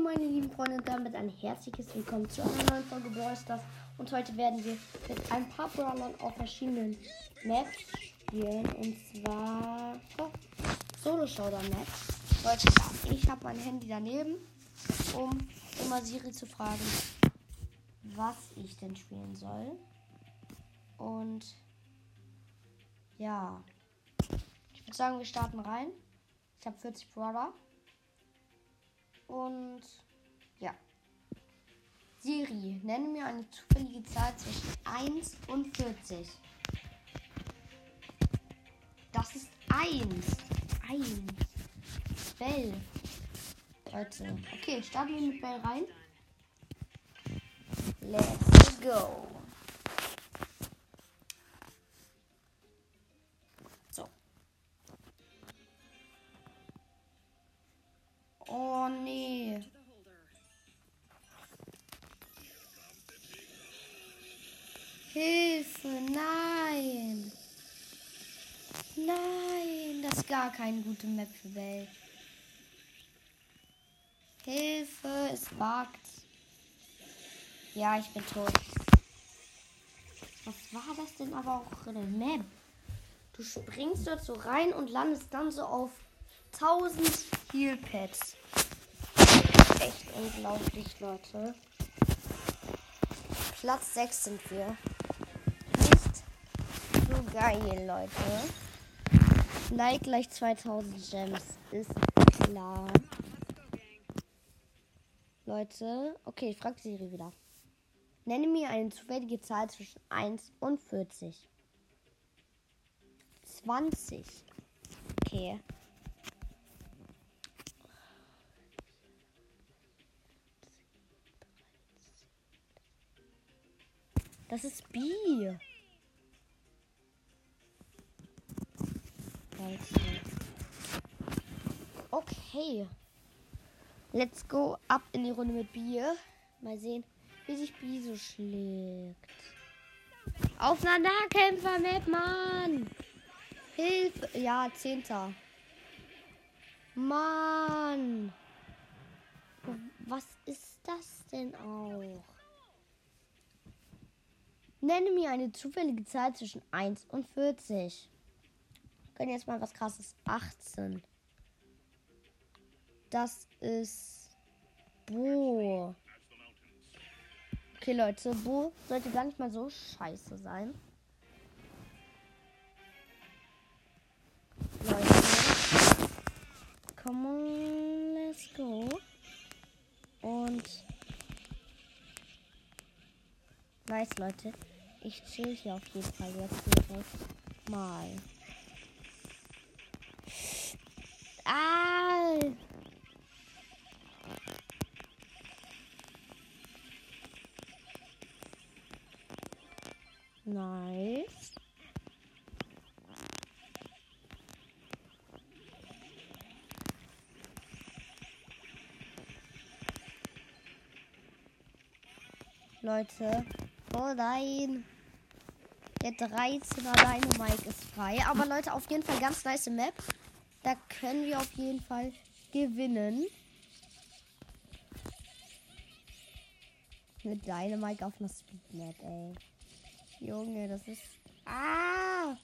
meine lieben Freunde, und damit ein herzliches Willkommen zu einer neuen Folge Brawl Stars. Und heute werden wir mit ein paar Brawlern auf verschiedenen Maps spielen. Und zwar Solo-Showdown-Maps. Leute, ich habe mein Handy daneben, um immer Siri zu fragen, was ich denn spielen soll. Und ja, ich würde sagen, wir starten rein. Ich habe 40 Brawler. Und ja. Siri, nenne mir eine zufällige Zahl zwischen 1 und 40. Das ist 1. 1. Bell. Leute. Okay, starten wir mit Bell rein. Let's go. So. Oh nee. Hilfe, nein. Nein, das ist gar keine gute Map für Bell. Hilfe, es buggt. Ja, ich bin tot. Was war das denn aber auch für eine Map? Du springst dort so rein und landest dann so auf 1000 Heal-Pads. Echt unglaublich, Leute. Platz 6 sind wir. Nicht so geil, Leute. Like gleich 2000 Gems. Ist klar. Leute, okay, ich frage Siri wieder. Nenne mir eine zufällige Zahl zwischen 1 und 40. 20. Okay. Das ist B. Okay. Let's go ab in die Runde mit Bier. Mal sehen, wie sich B so schlägt. Auf einer Nahkämpfer-Map, Mann! Hilfe! Ja, 10. Mann! Was ist das denn auch? Nenne mir eine zufällige Zahl zwischen 1 und 40. Wir können jetzt mal was krasses. 18. Das ist Bo. Okay, Leute, Bo sollte gar nicht mal so scheiße sein. Leute. Come on, let's go. Und nice, Leute. Ich chill hier auf jeden Fall jetzt direkt mal. Ah! Nice. Leute. Oh nein. Der 13er Dynamite ist frei. Aber Leute, auf jeden Fall ganz nice Map. Da können wir auf jeden Fall gewinnen. Mit Dynamite auf einer Speedmap, ey. Junge, das ist... Ah!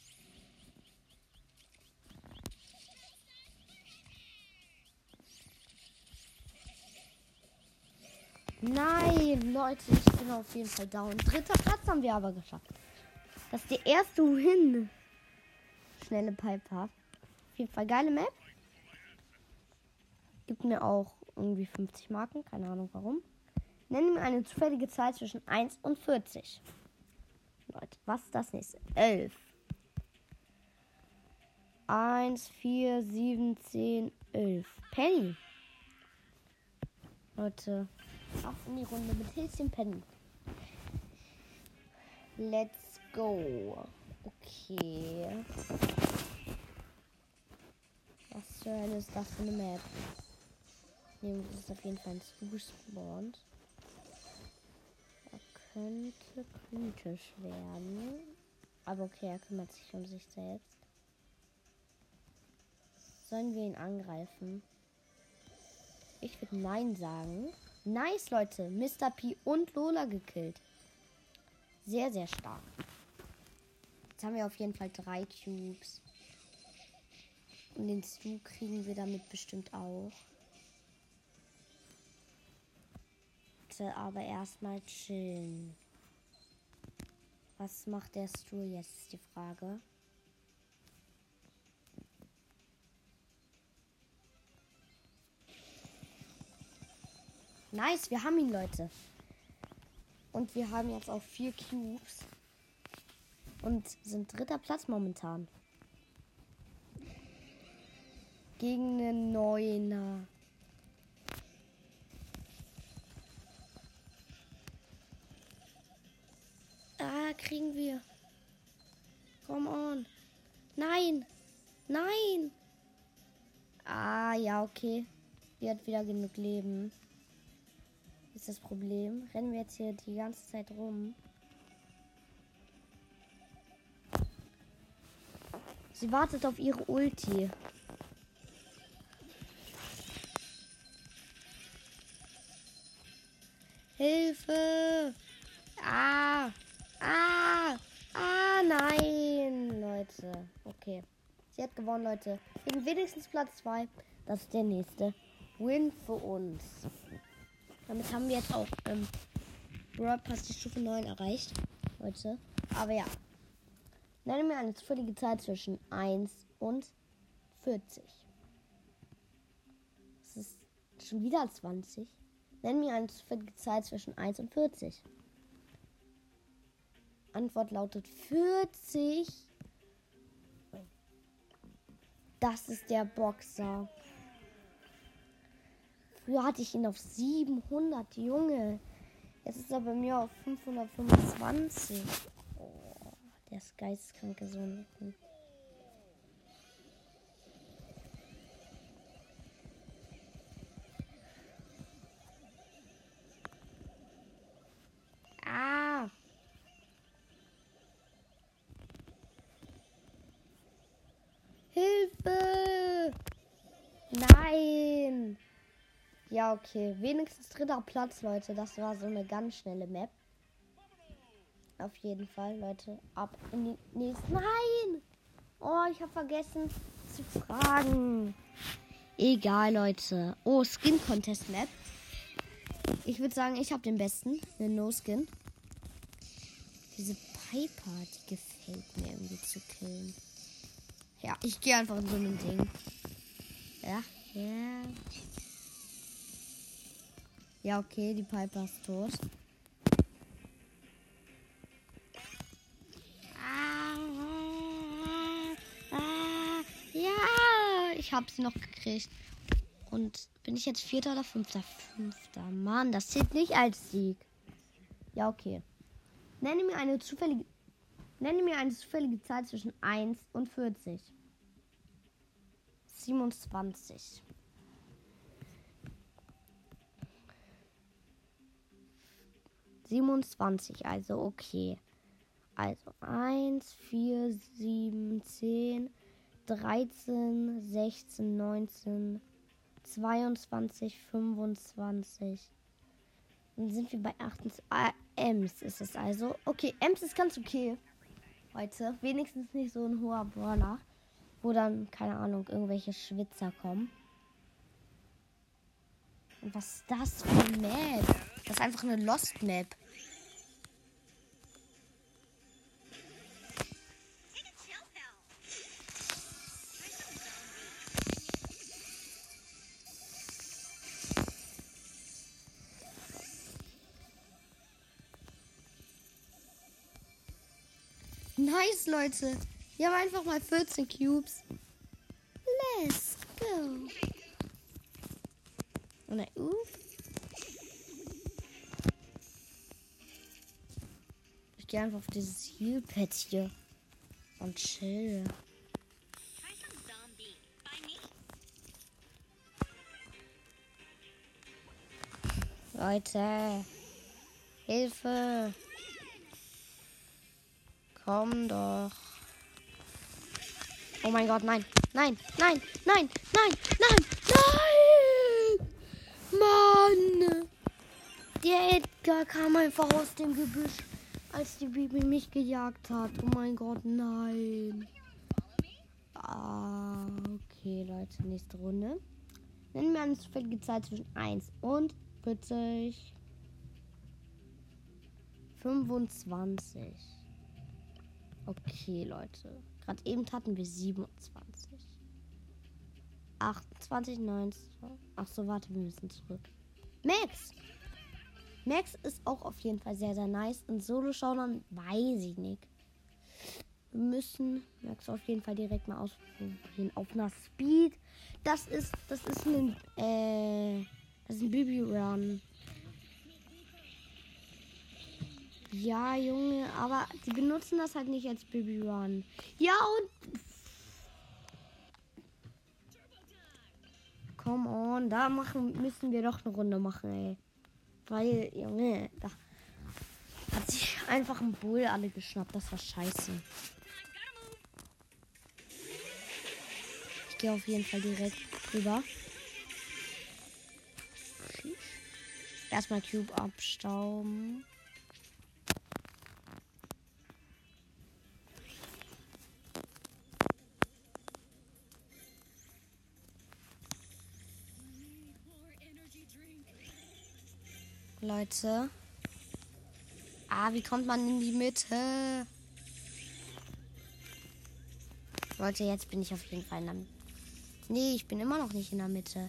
Nein, Leute, ich bin auf jeden Fall down. 3. Platz haben wir aber geschafft. Das ist der erste Win. Schnelle Piper. Auf jeden Fall geile Map. Gibt mir auch irgendwie 50 Marken. Keine Ahnung warum. Nenne mir eine zufällige Zahl zwischen 1 und 40. Leute, was ist das nächste? 11. 1, 4, 7, 10, 11. Penny. Leute, auf in die Runde mit Häschen Penny. Let's go. Okay. Was zur Hölle ist das für eine Map? Nehmen wir das auf jeden Fall ins gespawnt. Er könnte kritisch werden. Aber okay, er kümmert sich um sich selbst. Sollen wir ihn angreifen? Ich würde Nein sagen. Nice, Leute. Mr. P und Lola gekillt. Sehr, sehr stark. Jetzt haben wir auf jeden Fall 3 Cubes. Und den Stu kriegen wir damit bestimmt auch. Aber erstmal chillen. Was macht der Stu jetzt, ist die Frage. Nice, wir haben ihn, Leute. Und wir haben jetzt auch 4 Cubes. Und sind 3. Platz momentan. Gegen einen Neuner. Ah, kriegen wir. Come on. Nein. Nein. Ah, ja, okay. Die hat wieder genug Leben. Ist das Problem. Rennen wir jetzt hier die ganze Zeit rum. Sie wartet auf ihre Ulti. Hilfe! Ah! Ah! Ah, nein! Leute. Okay. Sie hat gewonnen, Leute. Wir sind wenigstens Platz 2. Das ist der nächste Win für uns. Damit haben wir jetzt auch Brawl Pass die Stufe 9 erreicht. Leute. Aber ja. Nenne mir eine zufällige Zahl zwischen 1 und 40. Das ist schon wieder 20. Nenn mir eine zufällige Zahl zwischen 1 und 40. Antwort lautet 40. Das ist der Boxer. Früher hatte ich ihn auf 700, Junge. Jetzt ist er bei mir auf 525. Oh, der ist geisteskrank gesunken. Ah. Hilfe! Nein! Ja, okay. Wenigstens 3. Platz, Leute. Das war so eine ganz schnelle Map. Auf jeden Fall, Leute. Ab in die nächste. Nein! Oh, ich habe vergessen zu fragen. Egal, Leute. Oh, Skin Contest Map. Ich würde sagen, ich habe den besten. Eine No-Skin. Diese Piper, die gefällt mir irgendwie zu killen. Ja, ich gehe einfach in so einem Ding. Ja, ja. Ja, okay, die Piper ist tot. Ja, ich habe sie noch gekriegt. Und bin ich jetzt 4. oder 5.? 5. Mann, das zählt nicht als Sieg. Ja, okay. Nenne mir eine zufällige Zahl zwischen 1 und 40. 27. Also okay. Also 1, 4, 7, 10, 13, 16, 19, 22, 25. Dann sind wir bei 28. Ems ist es also. Okay, Ems ist ganz okay. Heute. Wenigstens nicht so ein hoher Brawler. Wo dann, keine Ahnung, irgendwelche Schwitzer kommen. Und was ist das für eine Map? Das ist einfach eine Lost Map. Nice, Leute. Wir haben einfach mal 14 Cubes. Let's go. Und dann, ich gehe einfach auf dieses Heal-Pad hier und chill. Leute, Hilfe. Komm doch. Oh mein Gott, nein. Nein, nein, nein, nein, nein, nein. Mann! Der Edgar kam einfach aus dem Gebüsch, als die Bibi mich gejagt hat. Oh mein Gott, nein. Ah, okay, Leute, nächste Runde. Nennen wir eine zufällige Zahl zwischen 1 und 40. 25. Okay, Leute. Gerade eben hatten wir 27. 28, 19. Ach so, warte, wir müssen zurück. Max! Max ist auch auf jeden Fall sehr, sehr nice. In Solo-Showdown weiß ich nicht. Wir müssen Max auf jeden Fall direkt mal ausprobieren. Auf einer Speed. Das ist ein Bibi-Run. Ja, Junge, aber die benutzen das halt nicht als Bibi-Run. Ja, und come on, müssen wir doch eine Runde machen, ey. Weil, Junge, da hat sich einfach ein Bull alle geschnappt. Das war scheiße. Ich gehe auf jeden Fall direkt rüber. Erstmal Cube abstauben. Leute. Wie kommt man in die Mitte? Leute, jetzt bin ich auf jeden Fall in der Mitte. Nee, ich bin immer noch nicht in der Mitte.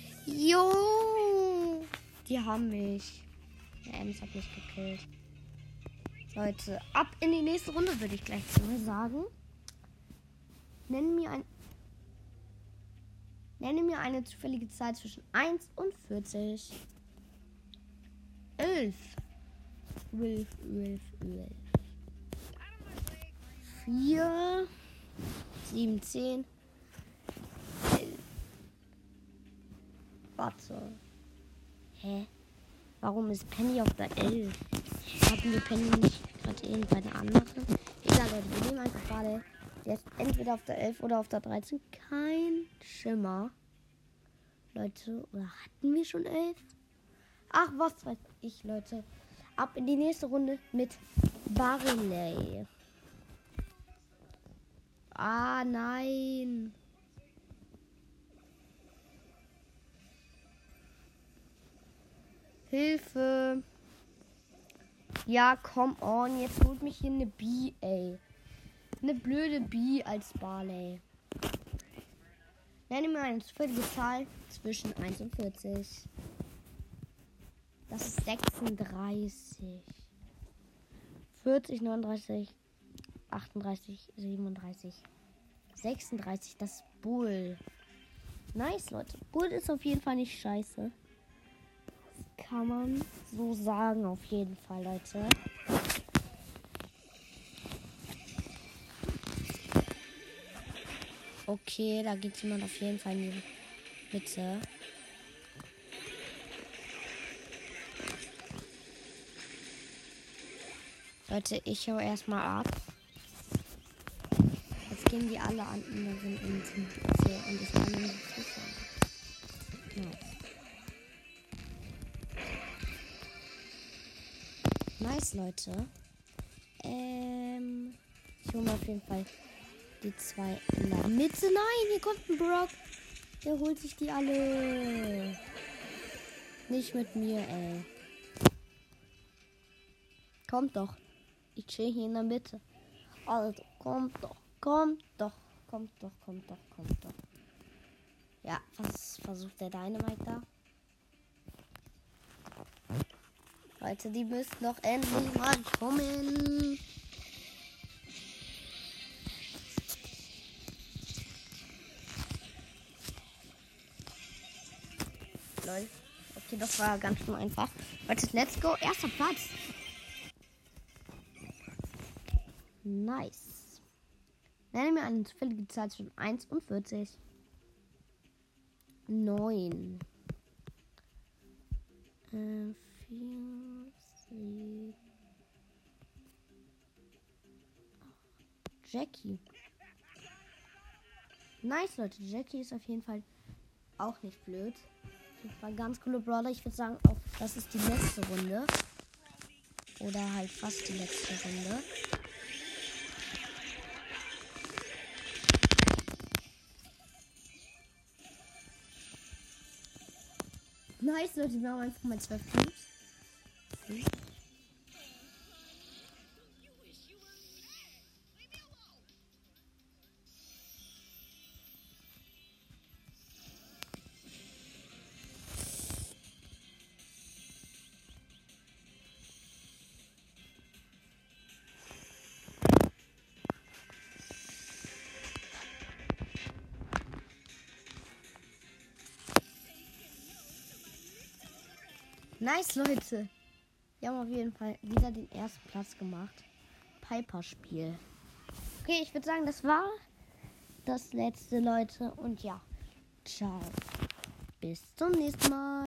Jo! Die haben mich. Der Ems hat mich gekillt. Leute, ab in die nächste Runde würde ich gleich mal sagen. Nenne mir eine zufällige Zahl zwischen 1 und 40. 11. 11. 4. 7, 10. 11. Warte. Hä? Warum ist Penny auf der 11? Hatten wir Penny nicht gerade eben bei der anderen? Egal, Leute, wir nehmen einfach gerade. Der ist entweder auf der 11 oder auf der 13. Kein Schimmer. Leute, oder hatten wir schon 11? Ach, was weiß ich, Leute. Ab in die nächste Runde mit Barley. Ah, nein. Hilfe. Ja, come on. Jetzt holt mich hier eine B, ey. Eine blöde B als Barley. Nenne mir eine zufällige Zahl zwischen 1 und 40. Das ist 36. 40, 39, 38, 37, 36. Das ist Bull. Nice, Leute. Bull ist auf jeden Fall nicht scheiße. Das kann man so sagen, auf jeden Fall, Leute. Okay, da geht jemand auf jeden Fall in die Mitte. Leute, ich hau erstmal ab. Jetzt gehen die alle anderen in die Mitte und ich kann nicht zuschauen. Nice, Leute. Ich hole mir auf jeden Fall die 2 in der Mitte. Nein, hier kommt ein Brock. Der holt sich die alle. Nicht mit mir, ey. Kommt doch. Ich chill hier in der Mitte. Also, kommt doch. Ja, was versucht der Dynamite da? Leute, die müssen doch endlich mal kommen. Lol. Okay, das war ganz schön einfach. Leute, let's go. Erster Platz. Nice. Nenne mir eine zufällige Zahl zwischen 1 und 40. 9. 4, 7. Jackie. Nice, Leute. Jackie ist auf jeden Fall auch nicht blöd. Das war ganz coole Brawler. Ich würde sagen, auch das ist die letzte Runde. Oder halt fast die letzte Runde. Nice, Leute, wir haben einfach mal 12 Cubes. Okay. Nice, Leute. Wir haben auf jeden Fall wieder den ersten Platz gemacht. Piper-Spiel. Okay, ich würde sagen, das war das letzte, Leute. Und ja, ciao. Bis zum nächsten Mal.